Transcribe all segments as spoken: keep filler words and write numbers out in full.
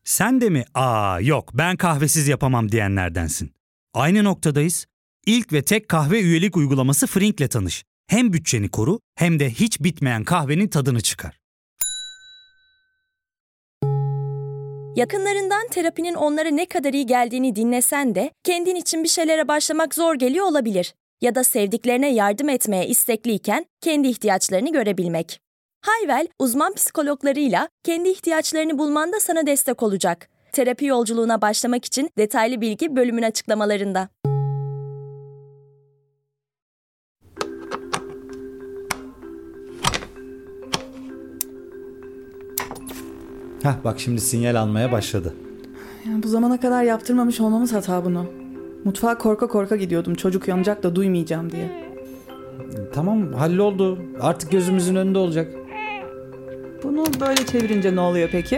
Sen de mi "Aa yok ben kahvesiz yapamam" diyenlerdensin? Aynı noktadayız. İlk ve tek kahve üyelik uygulaması Frink'le tanış. Hem bütçeni koru hem de hiç bitmeyen kahvenin tadını çıkar. Yakınlarından terapinin onlara ne kadar iyi geldiğini dinlesen de kendin için bir şeylere başlamak zor geliyor olabilir. Ya da sevdiklerine yardım etmeye istekliyken kendi ihtiyaçlarını görebilmek. Hayvel, uzman psikologlarıyla kendi ihtiyaçlarını bulmanda sana destek olacak. Terapi yolculuğuna başlamak için detaylı bilgi bölümün açıklamalarında. Heh bak şimdi sinyal almaya başladı. Yani bu zamana kadar yaptırmamış olmamız hata bunu. Mutfağa korka korka gidiyordum çocuk uyanacak da duymayacağım diye. Tamam halloldu. Artık gözümüzün önünde olacak. Bunu böyle çevirince ne oluyor peki?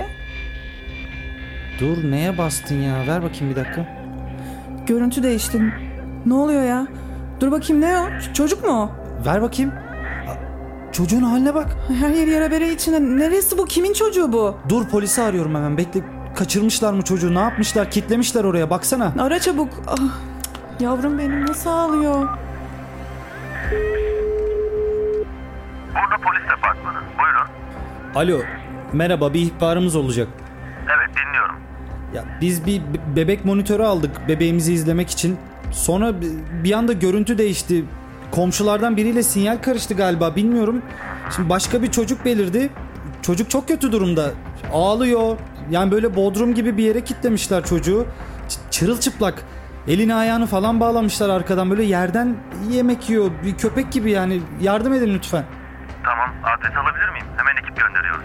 Dur neye bastın ya? Ver bakayım bir dakika. Görüntü değişti. Ne oluyor ya? Dur bakayım ne o? Ç- çocuk mu o? Ver bakayım. Çocuğun haline bak. Her yer yara bere içine. Neresi bu? Kimin çocuğu bu? Dur polisi arıyorum hemen. Bekle. Kaçırmışlar mı çocuğu? Ne yapmışlar? Kitlemişler oraya. Baksana. Ara çabuk. Ah, yavrum benim nasıl ağlıyor? Burada polis departmanı. Buyurun. Alo. Merhaba. Bir ihbarımız olacak. Evet dinliyorum. Ya biz bir be- bebek monitörü aldık bebeğimizi izlemek için. Sonra bir anda görüntü değişti. Komşulardan biriyle sinyal karıştı galiba. Bilmiyorum. Şimdi başka bir çocuk belirdi. Çocuk çok kötü durumda. Ağlıyor. Yani böyle bodrum gibi bir yere kitlemişler çocuğu. Ç- çırılçıplak. Elini ayağını falan bağlamışlar arkadan. Böyle yerden yemek yiyor. Bir köpek gibi yani. Yardım edin lütfen. Tamam, adres alabilir miyim? Hemen ekip gönderiyoruz.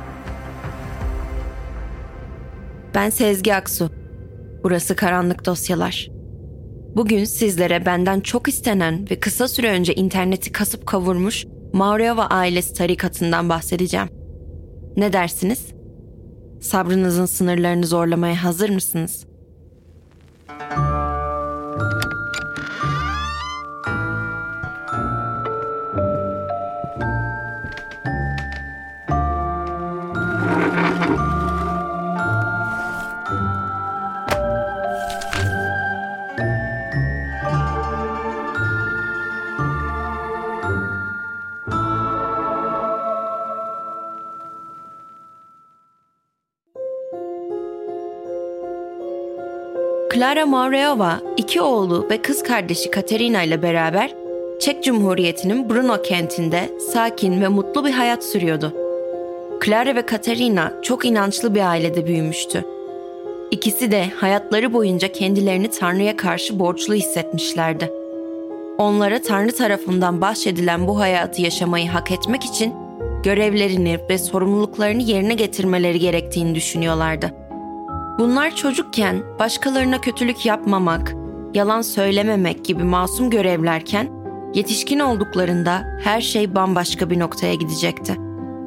Ben Sezgi Aksu. Burası Karanlık Dosyalar. Bugün sizlere benden çok istenen ve kısa süre önce interneti kasıp kavurmuş Maureova ailesi tarikatından bahsedeceğim. Ne dersiniz? Sabrınızın sınırlarını zorlamaya hazır mısınız? Klara Maureova, iki oğlu ve kız kardeşi Katerina ile beraber Çek Cumhuriyeti'nin Brno kentinde sakin ve mutlu bir hayat sürüyordu. Klara ve Katerina çok inançlı bir ailede büyümüştü. İkisi de hayatları boyunca kendilerini Tanrı'ya karşı borçlu hissetmişlerdi. Onlara Tanrı tarafından bahşedilen bu hayatı yaşamayı hak etmek için görevlerini ve sorumluluklarını yerine getirmeleri gerektiğini düşünüyorlardı. Bunlar çocukken başkalarına kötülük yapmamak, yalan söylememek gibi masum görevlerken, yetişkin olduklarında her şey bambaşka bir noktaya gidecekti.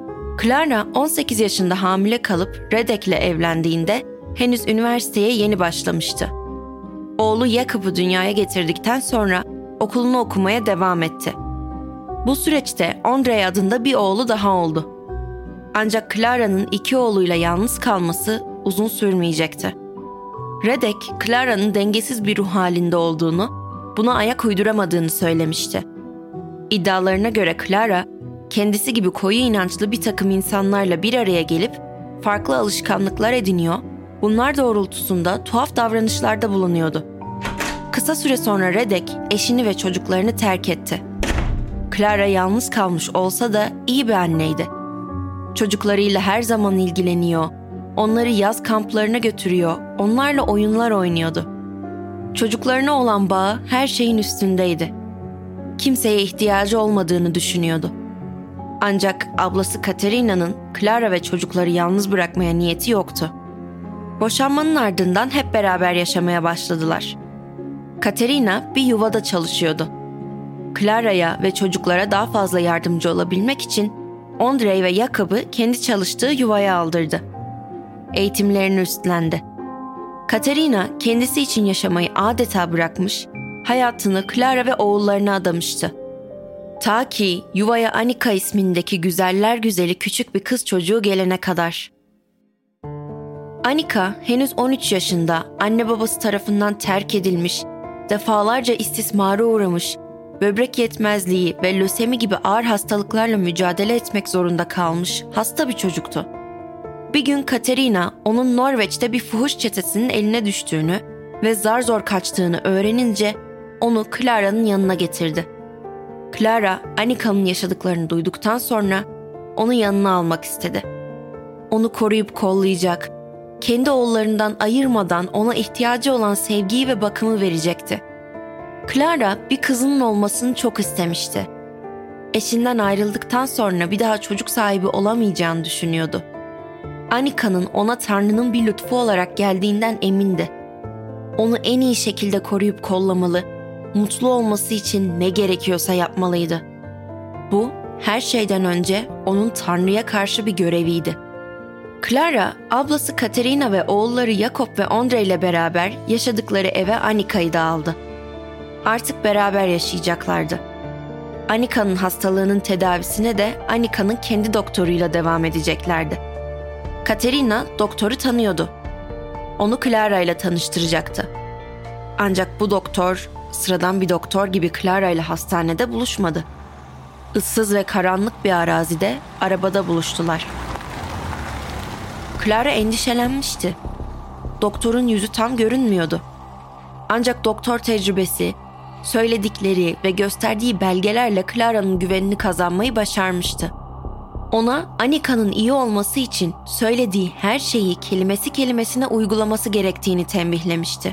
Klara on sekiz yaşında hamile kalıp Redek'le evlendiğinde henüz üniversiteye yeni başlamıştı. Oğlu Jakub'u dünyaya getirdikten sonra okulunu okumaya devam etti. Bu süreçte Andrei adında bir oğlu daha oldu. Ancak Clara'nın iki oğluyla yalnız kalması uzun sürmeyecekti. Redek, Clara'nın dengesiz bir ruh halinde olduğunu, buna ayak uyduramadığını söylemişti. İddialarına göre Clara, kendisi gibi koyu inançlı bir takım insanlarla bir araya gelip farklı alışkanlıklar ediniyor, bunlar doğrultusunda tuhaf davranışlarda bulunuyordu. Kısa süre sonra Redek, eşini ve çocuklarını terk etti. Clara yalnız kalmış olsa da iyi bir anneydi. Çocuklarıyla her zaman ilgileniyor, onları yaz kamplarına götürüyor, onlarla oyunlar oynuyordu. Çocuklarına olan bağı her şeyin üstündeydi. Kimseye ihtiyacı olmadığını düşünüyordu. Ancak ablası Katerina'nın Clara ve çocukları yalnız bırakmaya niyeti yoktu. Boşanmanın ardından hep beraber yaşamaya başladılar. Katerina bir yuvada çalışıyordu. Clara'ya ve çocuklara daha fazla yardımcı olabilmek için Andrei ve Jakub'u kendi çalıştığı yuvaya aldırdı. Eğitimlerini üstlendi. Katerina kendisi için yaşamayı adeta bırakmış, hayatını Clara ve oğullarına adamıştı. Ta ki yuvaya Anika ismindeki güzeller güzeli küçük bir kız çocuğu gelene kadar. Anika henüz on üç yaşında, anne babası tarafından terk edilmiş, defalarca istismara uğramış, böbrek yetmezliği ve lösemi gibi ağır hastalıklarla mücadele etmek zorunda kalmış hasta bir çocuktu. Bir gün Katerina onun Norveç'te bir fuhuş çetesinin eline düştüğünü ve zar zor kaçtığını öğrenince onu Clara'nın yanına getirdi. Clara, Anika'nın yaşadıklarını duyduktan sonra onu yanına almak istedi. Onu koruyup kollayacak, kendi oğullarından ayırmadan ona ihtiyacı olan sevgiyi ve bakımı verecekti. Clara bir kızının olmasını çok istemişti. Eşinden ayrıldıktan sonra bir daha çocuk sahibi olamayacağını düşünüyordu. Anika'nın ona Tanrı'nın bir lütfu olarak geldiğinden emindi. Onu en iyi şekilde koruyup kollamalı, mutlu olması için ne gerekiyorsa yapmalıydı. Bu, her şeyden önce onun Tanrı'ya karşı bir göreviydi. Clara, ablası Katerina ve oğulları Jakob ve Ondrej ile beraber yaşadıkları eve Anika'yı da aldı. Artık beraber yaşayacaklardı. Anika'nın hastalığının tedavisine de Anika'nın kendi doktoruyla devam edeceklerdi. Katerina doktoru tanıyordu. Onu Clara ile tanıştıracaktı. Ancak bu doktor, sıradan bir doktor gibi Clara ile hastanede buluşmadı. Issız ve karanlık bir arazide arabada buluştular. Clara endişelenmişti. Doktorun yüzü tam görünmüyordu. Ancak doktor tecrübesi, söyledikleri ve gösterdiği belgelerle Clara'nın güvenini kazanmayı başarmıştı. Ona Anika'nın iyi olması için söylediği her şeyi kelimesi kelimesine uygulaması gerektiğini tembihlemişti.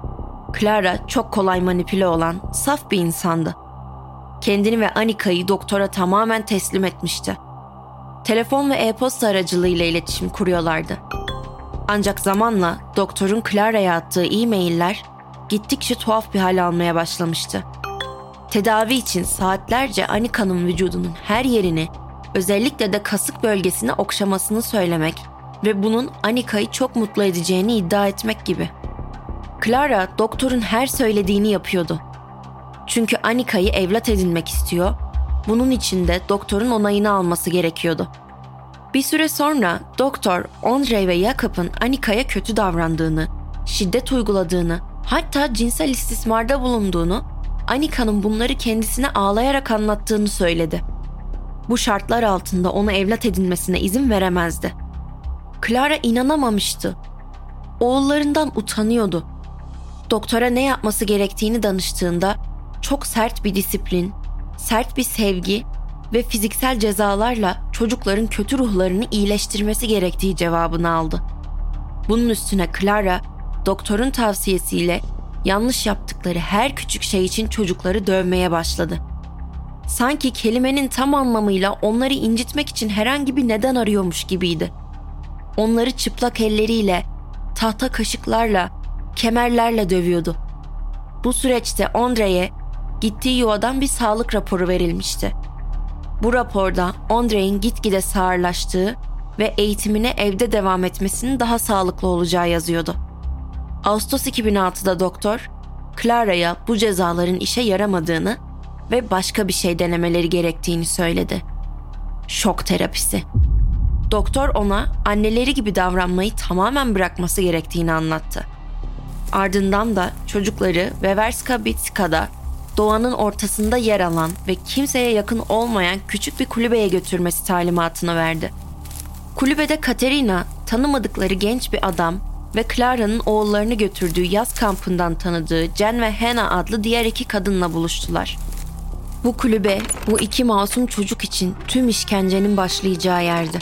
Clara çok kolay manipüle olan, saf bir insandı. Kendini ve Anika'yı doktora tamamen teslim etmişti. Telefon ve e-posta aracılığıyla iletişim kuruyorlardı. Ancak zamanla doktorun Clara'ya attığı e-mailler gittikçe tuhaf bir hal almaya başlamıştı. Tedavi için saatlerce Anika'nın vücudunun her yerini, özellikle de kasık bölgesini okşamasını söylemek ve bunun Anika'yı çok mutlu edeceğini iddia etmek gibi. Clara doktorun her söylediğini yapıyordu. Çünkü Anika'yı evlat edinmek istiyor, bunun için de doktorun onayını alması gerekiyordu. Bir süre sonra doktor Ondrej ve Jakob'un Anika'ya kötü davrandığını, şiddet uyguladığını, hatta cinsel istismarda bulunduğunu, Anika'nın bunları kendisine ağlayarak anlattığını söyledi. Bu şartlar altında onu evlat edinmesine izin veremezdi. Clara inanamamıştı. Oğullarından utanıyordu. Doktora ne yapması gerektiğini danıştığında çok sert bir disiplin, sert bir sevgi ve fiziksel cezalarla çocukların kötü ruhlarını iyileştirmesi gerektiği cevabını aldı. Bunun üstüne Clara, doktorun tavsiyesiyle yanlış yaptıkları her küçük şey için çocukları dövmeye başladı. Sanki kelimenin tam anlamıyla onları incitmek için herhangi bir neden arıyormuş gibiydi. Onları çıplak elleriyle, tahta kaşıklarla, kemerlerle dövüyordu. Bu süreçte Ondrej'e gittiği yuvadan bir sağlık raporu verilmişti. Bu raporda Ondrej'in gitgide sağırlaştığı ve eğitimine evde devam etmesinin daha sağlıklı olacağı yazıyordu. Ağustos iki bin altıda doktor, Clara'ya bu cezaların işe yaramadığını ve başka bir şey denemeleri gerektiğini söyledi. Şok terapisi. Doktor ona anneleri gibi davranmayı tamamen bırakması gerektiğini anlattı. Ardından da çocukları Veverska Bitska'da, doğanın ortasında yer alan ve kimseye yakın olmayan küçük bir kulübeye götürmesi talimatını verdi. Kulübede Katerina, tanımadıkları genç bir adam ve Clara'nın oğullarını götürdüğü yaz kampından tanıdığı Jen ve Hannah adlı diğer iki kadınla buluştular. Bu kulübe, bu iki masum çocuk için tüm işkencenin başlayacağı yerdi.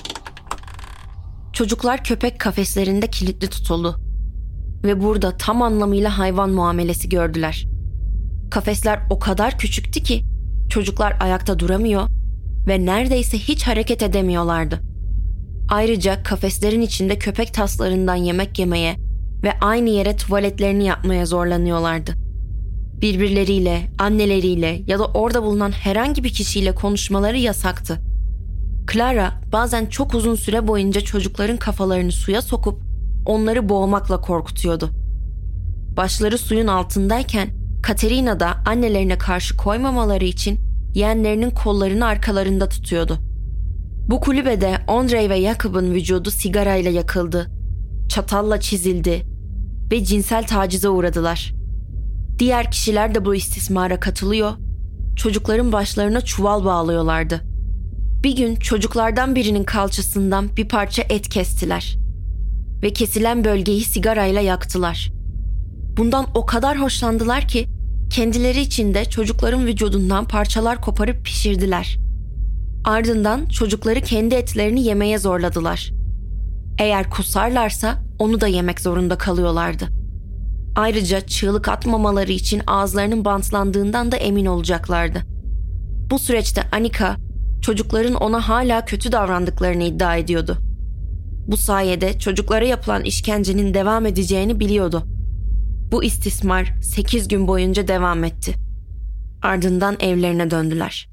Çocuklar köpek kafeslerinde kilitli tutuldu ve burada tam anlamıyla hayvan muamelesi gördüler. Kafesler o kadar küçüktü ki çocuklar ayakta duramıyor ve neredeyse hiç hareket edemiyorlardı. Ayrıca kafeslerin içinde köpek taslarından yemek yemeye ve aynı yere tuvaletlerini yapmaya zorlanıyorlardı. Birbirleriyle, anneleriyle ya da orada bulunan herhangi bir kişiyle konuşmaları yasaktı. Clara bazen çok uzun süre boyunca çocukların kafalarını suya sokup onları boğmakla korkutuyordu. Başları suyun altındayken Katerina da annelerine karşı koymamaları için yeğenlerinin kollarını arkalarında tutuyordu. Bu kulübede Ondrej ve Jakob'un vücudu sigarayla yakıldı çatalla çizildi ve cinsel tacize uğradılar. Diğer kişiler de bu istismara katılıyor, çocukların başlarına çuval bağlıyorlardı. Bir gün çocuklardan birinin kalçasından bir parça et kestiler ve kesilen bölgeyi sigarayla yaktılar. Bundan o kadar hoşlandılar ki kendileri için de çocukların vücudundan parçalar koparıp pişirdiler. Ardından çocukları kendi etlerini yemeye zorladılar. Eğer kusarlarsa onu da yemek zorunda kalıyorlardı. Ayrıca çığlık atmamaları için ağızlarının bantlandığından da emin olacaklardı. Bu süreçte Anika, çocukların ona hala kötü davrandıklarını iddia ediyordu. Bu sayede çocuklara yapılan işkencenin devam edeceğini biliyordu. Bu istismar sekiz gün boyunca devam etti. Ardından evlerine döndüler.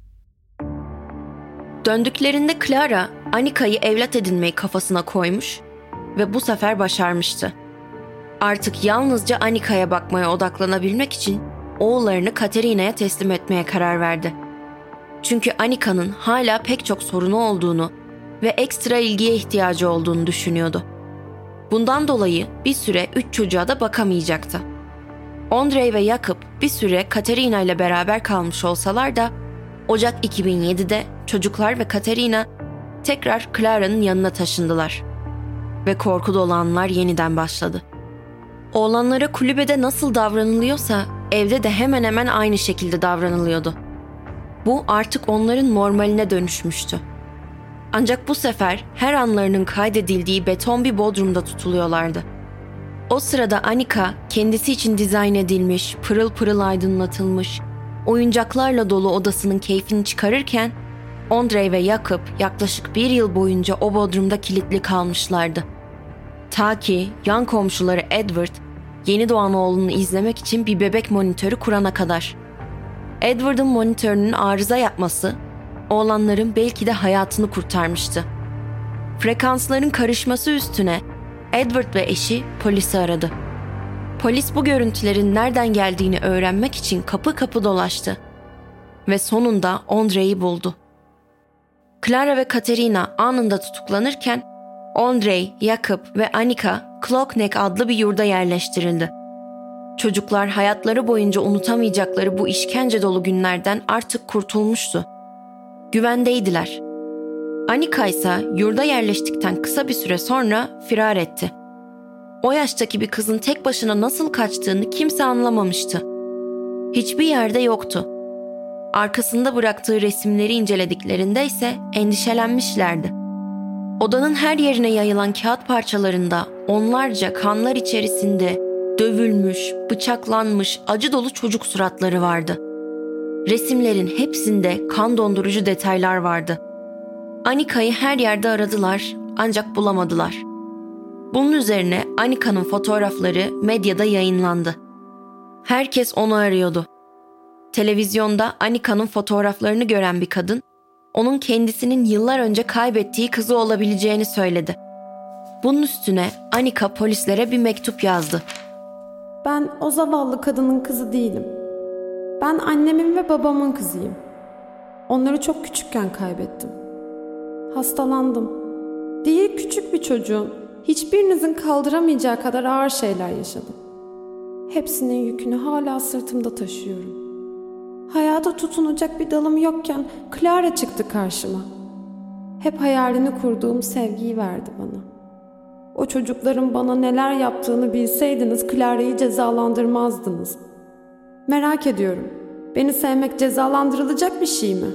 Döndüklerinde Clara, Anika'yı evlat edinmeyi kafasına koymuş ve bu sefer başarmıştı. Artık yalnızca Anika'ya bakmaya odaklanabilmek için oğullarını Katerina'ya teslim etmeye karar verdi. Çünkü Anika'nın hala pek çok sorunu olduğunu ve ekstra ilgiye ihtiyacı olduğunu düşünüyordu. Bundan dolayı bir süre üç çocuğa da bakamayacaktı. Andrei ve Jakub bir süre Katerina ile beraber kalmış olsalar da Ocak iki bin yedide çocuklar ve Katerina tekrar Clara'nın yanına taşındılar. Ve korku dolu anlar yeniden başladı. Oğlanlara kulübede nasıl davranılıyorsa evde de hemen hemen aynı şekilde davranılıyordu. Bu artık onların normaline dönüşmüştü. Ancak bu sefer her anlarının kaydedildiği beton bir bodrumda tutuluyorlardı. O sırada Anika kendisi için dizayn edilmiş, pırıl pırıl aydınlatılmış, oyuncaklarla dolu odasının keyfini çıkarırken Andrei ve Jakub yaklaşık bir yıl boyunca o bodrumda kilitli kalmışlardı. Ta ki yan komşuları Edward yeni doğan oğlunu izlemek için bir bebek monitörü kurana kadar. Edward'ın monitörünün arıza yapması oğlanların belki de hayatını kurtarmıştı. Frekansların karışması üstüne Edward ve eşi polisi aradı. Polis bu görüntülerin nereden geldiğini öğrenmek için kapı kapı dolaştı. Ve sonunda Andrei'yi buldu. Clara ve Katerina anında tutuklanırken Andrei, Jakub ve Anika Clockneck adlı bir yurda yerleştirildi. Çocuklar hayatları boyunca unutamayacakları bu işkence dolu günlerden artık kurtulmuştu. Güvendeydiler. Anika ise yurda yerleştikten kısa bir süre sonra firar etti. O yaştaki bir kızın tek başına nasıl kaçtığını kimse anlamamıştı. Hiçbir yerde yoktu. Arkasında bıraktığı resimleri incelediklerinde ise endişelenmişlerdi. Odanın her yerine yayılan kağıt parçalarında onlarca kanlar içerisinde dövülmüş, bıçaklanmış, acı dolu çocuk suratları vardı. Resimlerin hepsinde kan dondurucu detaylar vardı. Anika'yı her yerde aradılar ancak bulamadılar. Bunun üzerine Anika'nın fotoğrafları medyada yayınlandı. Herkes onu arıyordu. Televizyonda Anika'nın fotoğraflarını gören bir kadın, onun kendisinin yıllar önce kaybettiği kızı olabileceğini söyledi. Bunun üstüne Anika polislere bir mektup yazdı. Ben o zavallı kadının kızı değilim. Ben annemin ve babamın kızıyım. Onları çok küçükken kaybettim. Hastalandım. Değil küçük bir çocuğum. Hiçbirinizin kaldıramayacağı kadar ağır şeyler yaşadım. Hepsinin yükünü hala sırtımda taşıyorum. Hayata tutunacak bir dalım yokken Clara çıktı karşıma. Hep hayalini kurduğum sevgiyi verdi bana. O çocukların bana neler yaptığını bilseydiniz Clara'yı cezalandırmazdınız. Merak ediyorum. Beni sevmek cezalandırılacak bir şey mi?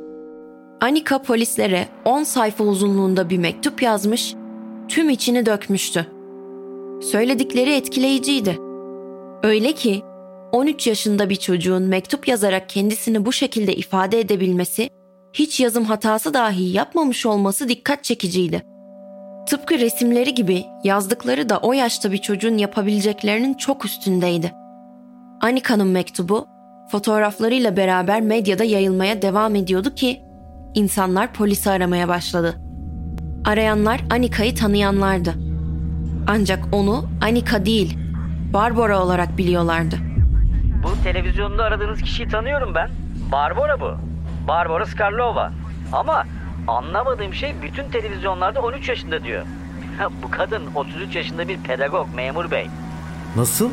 Anika polislere on sayfa uzunluğunda bir mektup yazmış, tüm içini dökmüştü. Söyledikleri etkileyiciydi. Öyle ki on üç yaşında bir çocuğun mektup yazarak kendisini bu şekilde ifade edebilmesi, hiç yazım hatası dahi yapmamış olması dikkat çekiciydi. Tıpkı resimleri gibi yazdıkları da o yaşta bir çocuğun yapabileceklerinin çok üstündeydi. Anika'nın mektubu fotoğraflarıyla beraber medyada yayılmaya devam ediyordu ki insanlar polisi aramaya başladı. Arayanlar Anika'yı tanıyanlardı. Ancak onu Anika değil, Barbara olarak biliyorlardı. Bu televizyonda aradığınız kişiyi tanıyorum ben. Barbara bu. Barbara Skarlova. Ama anlamadığım şey bütün televizyonlarda on üç yaşında diyor. Bu kadın otuz üç yaşında bir pedagog memur bey. Nasıl?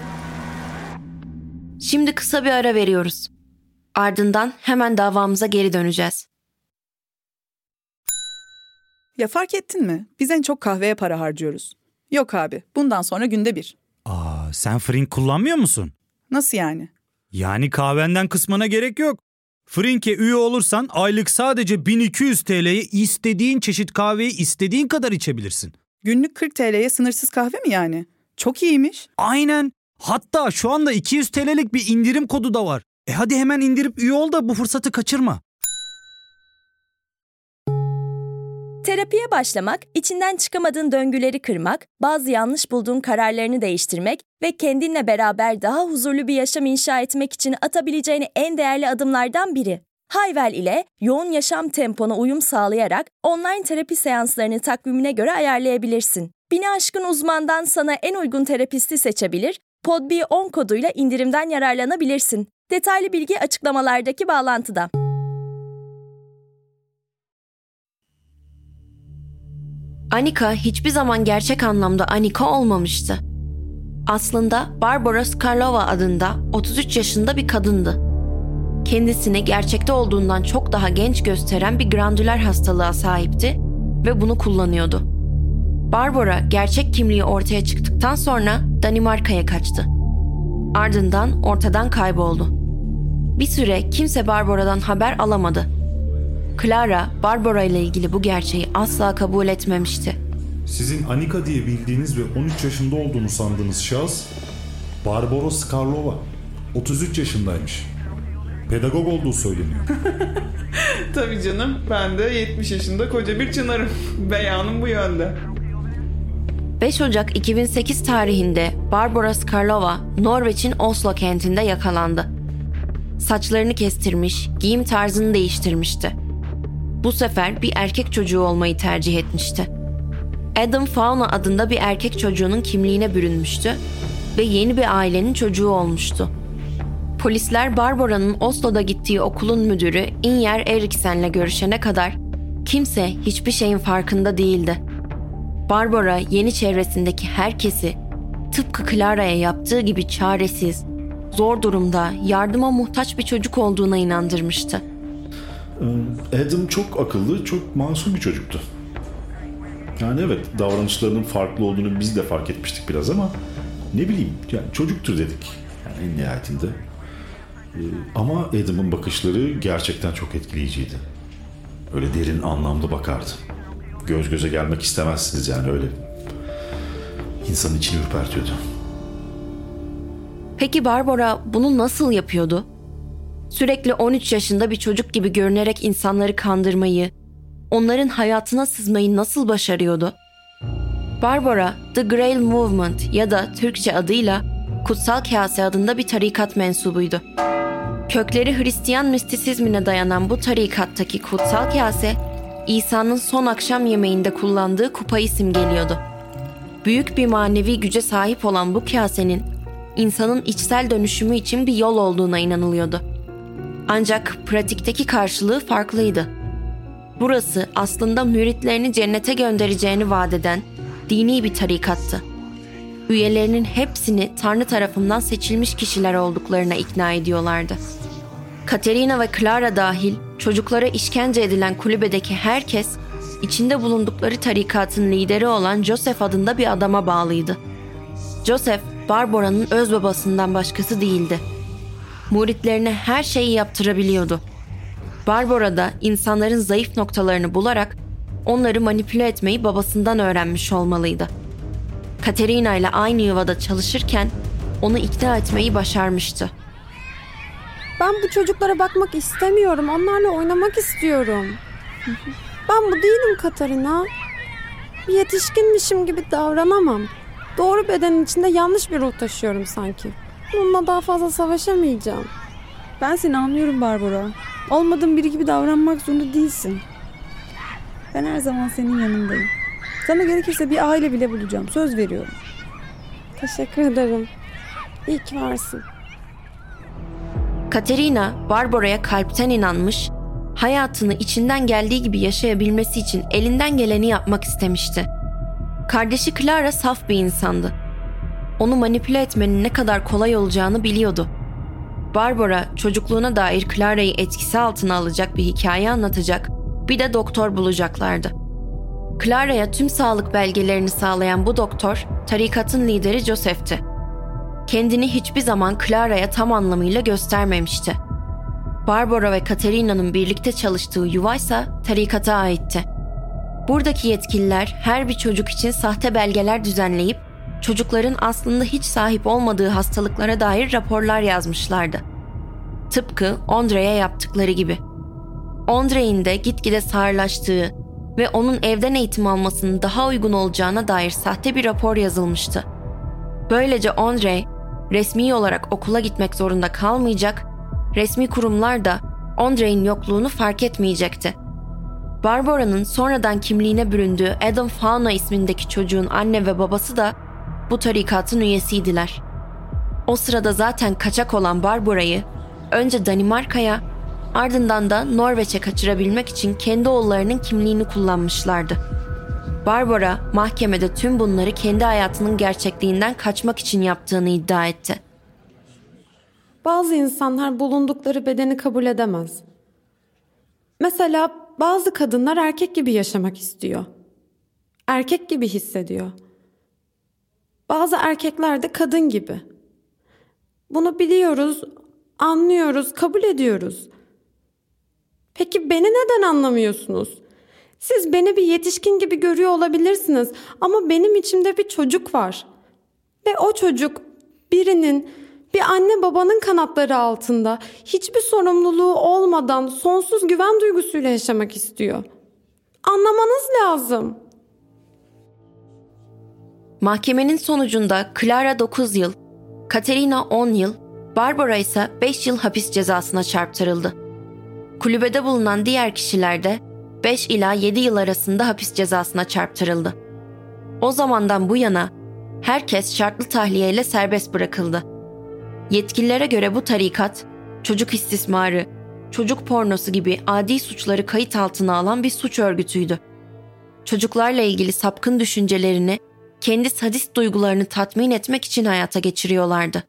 Şimdi kısa bir ara veriyoruz. Ardından hemen davamıza geri döneceğiz. Ya fark ettin mi? Biz en çok kahveye para harcıyoruz. Yok abi, bundan sonra günde bir. Aa, sen Frink kullanmıyor musun? Nasıl yani? Yani kahvenden kısmına gerek yok. Frink'e üye olursan aylık sadece bin iki yüz T L'ye istediğin çeşit kahveyi istediğin kadar içebilirsin. Günlük kırk T L'ye sınırsız kahve mi yani? Çok iyiymiş. Aynen. Hatta şu anda iki yüz T L'lik bir indirim kodu da var. E hadi hemen indirip üye ol da bu fırsatı kaçırma. Terapiye başlamak, içinden çıkamadığın döngüleri kırmak, bazı yanlış bulduğun kararlarını değiştirmek ve kendinle beraber daha huzurlu bir yaşam inşa etmek için atabileceğin en değerli adımlardan biri. Hayvel ile yoğun yaşam tempona uyum sağlayarak online terapi seanslarını takvimine göre ayarlayabilirsin. Bini aşkın uzmandan sana en uygun terapisti seçebilir, Podbi on koduyla indirimden yararlanabilirsin. Detaylı bilgi açıklamalardaki bağlantıda. Anika hiçbir zaman gerçek anlamda Anika olmamıştı. Aslında Barbara Skarlova adında otuz üç yaşında bir kadındı. Kendisini gerçekte olduğundan çok daha genç gösteren bir grandüler hastalığa sahipti ve bunu kullanıyordu. Barbara gerçek kimliği ortaya çıktıktan sonra Danimarka'ya kaçtı. Ardından ortadan kayboldu. Bir süre kimse Barbara'dan haber alamadı. Clara, Barbara ile ilgili bu gerçeği asla kabul etmemişti. Sizin Anika diye bildiğiniz ve on üç yaşında olduğunu sandığınız şahıs Barbara Skarlova. otuz üç yaşındaymış. Pedagog olduğu söyleniyor. Tabii canım, ben de yetmiş yaşında koca bir çınarım. Beyanım bu yönde. beş Ocak iki bin sekiz tarihinde Barbara Skarlova, Norveç'in Oslo kentinde yakalandı. Saçlarını kestirmiş, giyim tarzını değiştirmişti. Bu sefer bir erkek çocuğu olmayı tercih etmişti. Adam Fauna adında bir erkek çocuğunun kimliğine bürünmüştü ve yeni bir ailenin çocuğu olmuştu. Polisler Barbara'nın Oslo'da gittiği okulun müdürü Inyer Eriksen'le görüşene kadar kimse hiçbir şeyin farkında değildi. Barbara yeni çevresindeki herkesi tıpkı Clara'ya yaptığı gibi çaresiz, zor durumda, yardıma muhtaç bir çocuk olduğuna inandırmıştı. Adam çok akıllı, çok masum bir çocuktu. Yani evet, davranışlarının farklı olduğunu biz de fark etmiştik biraz ama ne bileyim, yani çocuktur dedik yani en nihayetinde. Ee, ama Adam'ın bakışları gerçekten çok etkileyiciydi. Öyle derin, anlamlı bakardı. Göz göze gelmek istemezsiniz yani, öyle insanın içini ürpertiyordu. Peki Barbara bunu nasıl yapıyordu? Sürekli on üç yaşında bir çocuk gibi görünerek insanları kandırmayı, onların hayatına sızmayı nasıl başarıyordu? Barbara, The Grail Movement ya da Türkçe adıyla Kutsal Kase adında bir tarikat mensubuydu. Kökleri Hristiyan mistisizmine dayanan bu tarikattaki Kutsal Kase, İsa'nın son akşam yemeğinde kullandığı kupayı simgeliyordu. Büyük bir manevi güce sahip olan bu kasenin, insanın içsel dönüşümü için bir yol olduğuna inanılıyordu. Ancak pratikteki karşılığı farklıydı. Burası aslında müritlerini cennete göndereceğini vaat eden dini bir tarikattı. Üyelerinin hepsini Tanrı tarafından seçilmiş kişiler olduklarına ikna ediyorlardı. Katerina ve Clara dahil çocuklara işkence edilen kulübedeki herkes, içinde bulundukları tarikatın lideri olan Joseph adında bir adama bağlıydı. Joseph, Barbara'nın öz babasından başkası değildi. Muritlerine her şeyi yaptırabiliyordu. Barbara da insanların zayıf noktalarını bularak onları manipüle etmeyi babasından öğrenmiş olmalıydı. Katerina ile aynı yuvada çalışırken onu ikna etmeyi başarmıştı. Ben bu çocuklara bakmak istemiyorum. Onlarla oynamak istiyorum. Ben bu değilim Katerina. Bir yetişkinmişim gibi davranamam. Doğru bedenin içinde yanlış bir ruh taşıyorum sanki. Bununla daha fazla savaşamayacağım. Ben seni anlıyorum Barbara. Olmadığın biri gibi davranmak zorunda değilsin. Ben her zaman senin yanındayım. Sana gerekirse bir aile bile bulacağım. Söz veriyorum. Teşekkür ederim. İyi ki varsın. Katerina, Barbara'ya kalpten inanmış, hayatını içinden geldiği gibi yaşayabilmesi için elinden geleni yapmak istemişti. Kardeşi Clara saf bir insandı. Onu manipüle etmenin ne kadar kolay olacağını biliyordu. Barbara çocukluğuna dair Clara'yı etkisi altına alacak bir hikaye anlatacak, bir de doktor bulacaklardı. Clara'ya tüm sağlık belgelerini sağlayan bu doktor, tarikatın lideri Joseph'ti. Kendini hiçbir zaman Clara'ya tam anlamıyla göstermemişti. Barbara ve Katerina'nın birlikte çalıştığı yuvaysa tarikata aitti. Buradaki yetkililer her bir çocuk için sahte belgeler düzenleyip çocukların aslında hiç sahip olmadığı hastalıklara dair raporlar yazmışlardı. Tıpkı Andre'ye yaptıkları gibi. Andre'in de gitgide sağırlaştığı ve onun evden eğitim almasının daha uygun olacağına dair sahte bir rapor yazılmıştı. Böylece Andre resmi olarak okula gitmek zorunda kalmayacak, resmi kurumlar da Andre'in yokluğunu fark etmeyecekti. Barbara'nın sonradan kimliğine büründüğü Adam Fauna ismindeki çocuğun anne ve babası da bu tarikatın üyesiydiler. O sırada zaten kaçak olan Barbara'yı önce Danimarka'ya, ardından da Norveç'e kaçırabilmek için kendi oğullarının kimliğini kullanmışlardı. Barbara mahkemede tüm bunları kendi hayatının gerçekliğinden kaçmak için yaptığını iddia etti. Bazı insanlar bulundukları bedeni kabul edemez. Mesela bazı kadınlar erkek gibi yaşamak istiyor. Erkek gibi hissediyor. Bazı erkekler de kadın gibi. Bunu biliyoruz, anlıyoruz, kabul ediyoruz. Peki beni neden anlamıyorsunuz? Siz beni bir yetişkin gibi görüyor olabilirsiniz ama benim içimde bir çocuk var. Ve o çocuk birinin, bir anne babanın kanatları altında hiçbir sorumluluğu olmadan sonsuz güven duygusuyla yaşamak istiyor. Anlamanız lazım. Mahkemenin sonucunda Clara dokuz yıl, Katerina on yıl, Barbara ise beş yıl hapis cezasına çarptırıldı. Kulübede bulunan diğer kişiler de beş ila yedi yıl arasında hapis cezasına çarptırıldı. O zamandan bu yana herkes şartlı tahliyeyle serbest bırakıldı. Yetkililere göre bu tarikat, çocuk istismarı, çocuk pornosu gibi adi suçları kayıt altına alan bir suç örgütüydü. Çocuklarla ilgili sapkın düşüncelerini, kendi sadist duygularını tatmin etmek için hayata geçiriyorlardı.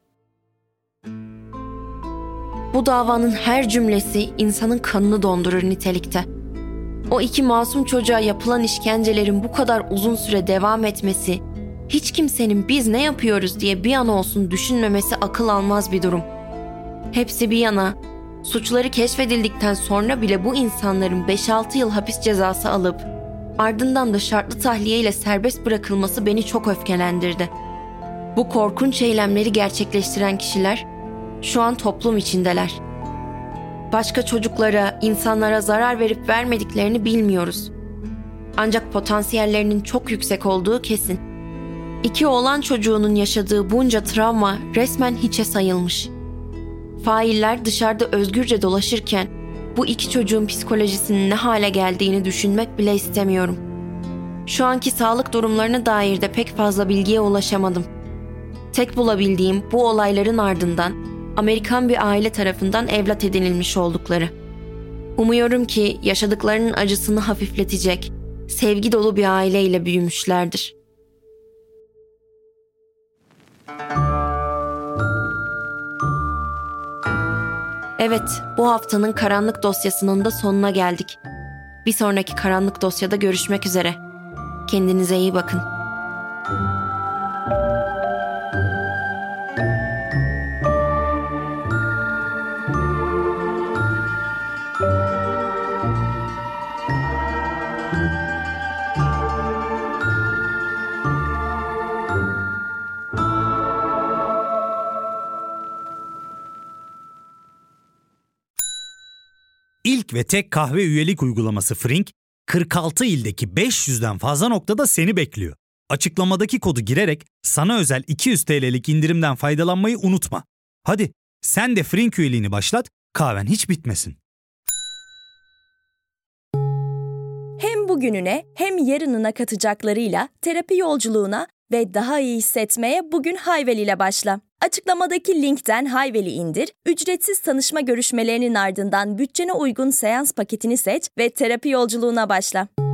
Bu davanın her cümlesi insanın kanını dondurur nitelikte. O iki masum çocuğa yapılan işkencelerin bu kadar uzun süre devam etmesi, hiç kimsenin biz ne yapıyoruz diye bir an olsun düşünmemesi akıl almaz bir durum. Hepsi bir yana, suçları keşfedildikten sonra bile bu insanların beş altı yıl hapis cezası alıp ardından da şartlı tahliye ile serbest bırakılması beni çok öfkelendirdi. Bu korkunç eylemleri gerçekleştiren kişiler şu an toplum içindeler. Başka çocuklara, insanlara zarar verip vermediklerini bilmiyoruz. Ancak potansiyellerinin çok yüksek olduğu kesin. İki oğlan çocuğunun yaşadığı bunca travma resmen hiçe sayılmış. Failler dışarıda özgürce dolaşırken bu iki çocuğun psikolojisinin ne hale geldiğini düşünmek bile istemiyorum. Şu anki sağlık durumlarına dair de pek fazla bilgiye ulaşamadım. Tek bulabildiğim bu olayların ardından Amerikan bir aile tarafından evlat edinilmiş oldukları. Umuyorum ki yaşadıklarının acısını hafifletecek, sevgi dolu bir aileyle büyümüşlerdir. Evet, bu haftanın karanlık dosyasının da sonuna geldik. Bir sonraki karanlık dosyada görüşmek üzere. Kendinize iyi bakın. İlk ve tek kahve üyelik uygulaması Frink, kırk altı ildeki beş yüzden fazla noktada seni bekliyor. Açıklamadaki kodu girerek sana özel iki yüz TL'lik indirimden faydalanmayı unutma. Hadi sen de Frink üyeliğini başlat, kahven hiç bitmesin. Hem bugününe hem yarınına katacaklarıyla terapi yolculuğuna ve daha iyi hissetmeye bugün Hayvel ile başla. Açıklamadaki linkten Hayvel'i indir, ücretsiz tanışma görüşmelerinin ardından bütçene uygun seans paketini seç ve terapi yolculuğuna başla.